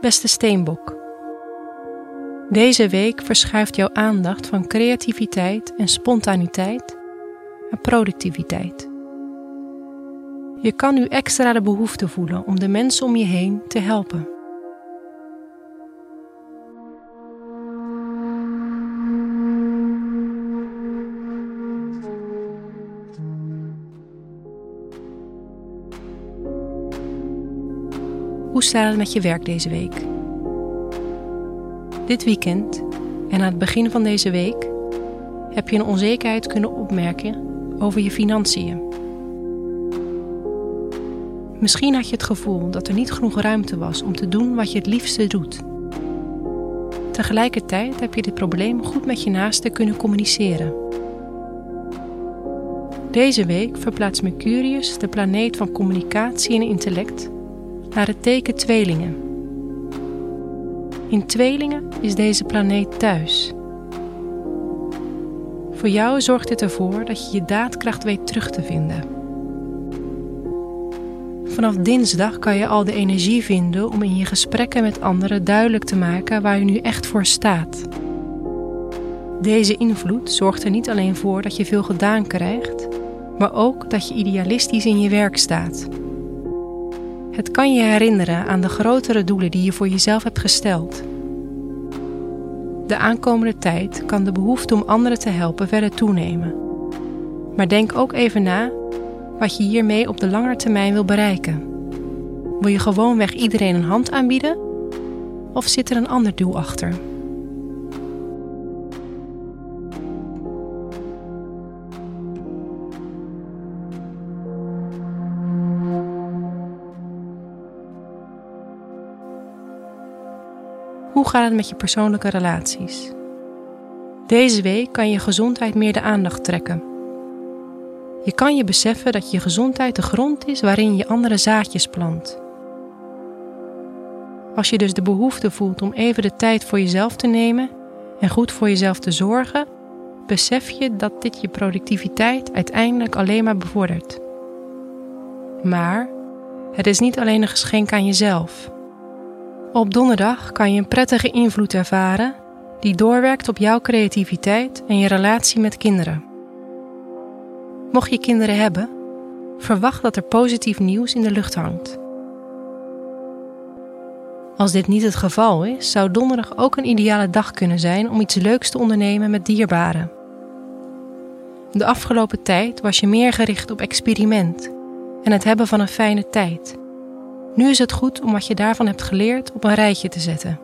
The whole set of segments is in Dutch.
Beste Steenbok. Deze week verschuift jouw aandacht van creativiteit en spontaniteit naar productiviteit. Je kan nu extra de behoefte voelen om de mensen om je heen te helpen. Hoe staat het met je werk deze week? Dit weekend en aan het begin van deze week heb je een onzekerheid kunnen opmerken over je financiën. Misschien had je het gevoel dat er niet genoeg ruimte was om te doen wat je het liefste doet. Tegelijkertijd heb je dit probleem goed met je naasten kunnen communiceren. Deze week verplaatst Mercurius, de planeet van communicatie en intellect, naar het teken Tweelingen. In Tweelingen is deze planeet thuis. Voor jou zorgt dit ervoor dat je je daadkracht weet terug te vinden. Vanaf dinsdag kan je al de energie vinden om in je gesprekken met anderen duidelijk te maken waar je nu echt voor staat. Deze invloed zorgt er niet alleen voor dat je veel gedaan krijgt, maar ook dat je idealistisch in je werk staat. Het kan je herinneren aan de grotere doelen die je voor jezelf hebt gesteld. De aankomende tijd kan de behoefte om anderen te helpen verder toenemen. Maar denk ook even na wat je hiermee op de lange termijn wil bereiken. Wil je gewoonweg iedereen een hand aanbieden? Of zit er een ander doel achter? Hoe gaat het met je persoonlijke relaties? Deze week kan je gezondheid meer de aandacht trekken. Je kan je beseffen dat je gezondheid de grond is waarin je andere zaadjes plant. Als je dus de behoefte voelt om even de tijd voor jezelf te nemen en goed voor jezelf te zorgen, besef je dat dit je productiviteit uiteindelijk alleen maar bevordert. Maar het is niet alleen een geschenk aan jezelf. Op donderdag kan je een prettige invloed ervaren die doorwerkt op jouw creativiteit en je relatie met kinderen. Mocht je kinderen hebben, verwacht dat er positief nieuws in de lucht hangt. Als dit niet het geval is, zou donderdag ook een ideale dag kunnen zijn om iets leuks te ondernemen met dierbaren. De afgelopen tijd was je meer gericht op experiment en het hebben van een fijne tijd. Nu is het goed om wat je daarvan hebt geleerd op een rijtje te zetten.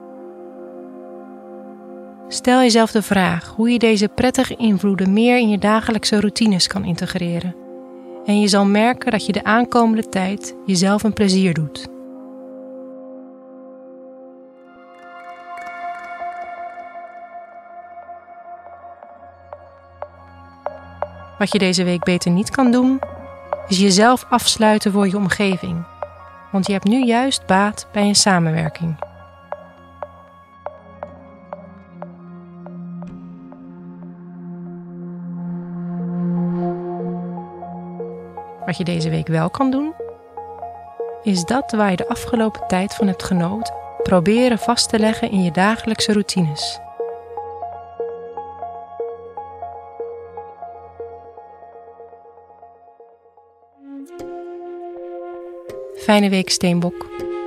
Stel jezelf de vraag hoe je deze prettige invloeden meer in je dagelijkse routines kan integreren. En je zal merken dat je de aankomende tijd jezelf een plezier doet. Wat je deze week beter niet kan doen, is jezelf afsluiten voor je omgeving. Want je hebt nu juist baat bij een samenwerking. Wat je deze week wel kan doen, is dat waar je de afgelopen tijd van hebt genoten, proberen vast te leggen in je dagelijkse routines. Fijne week, Steenbok.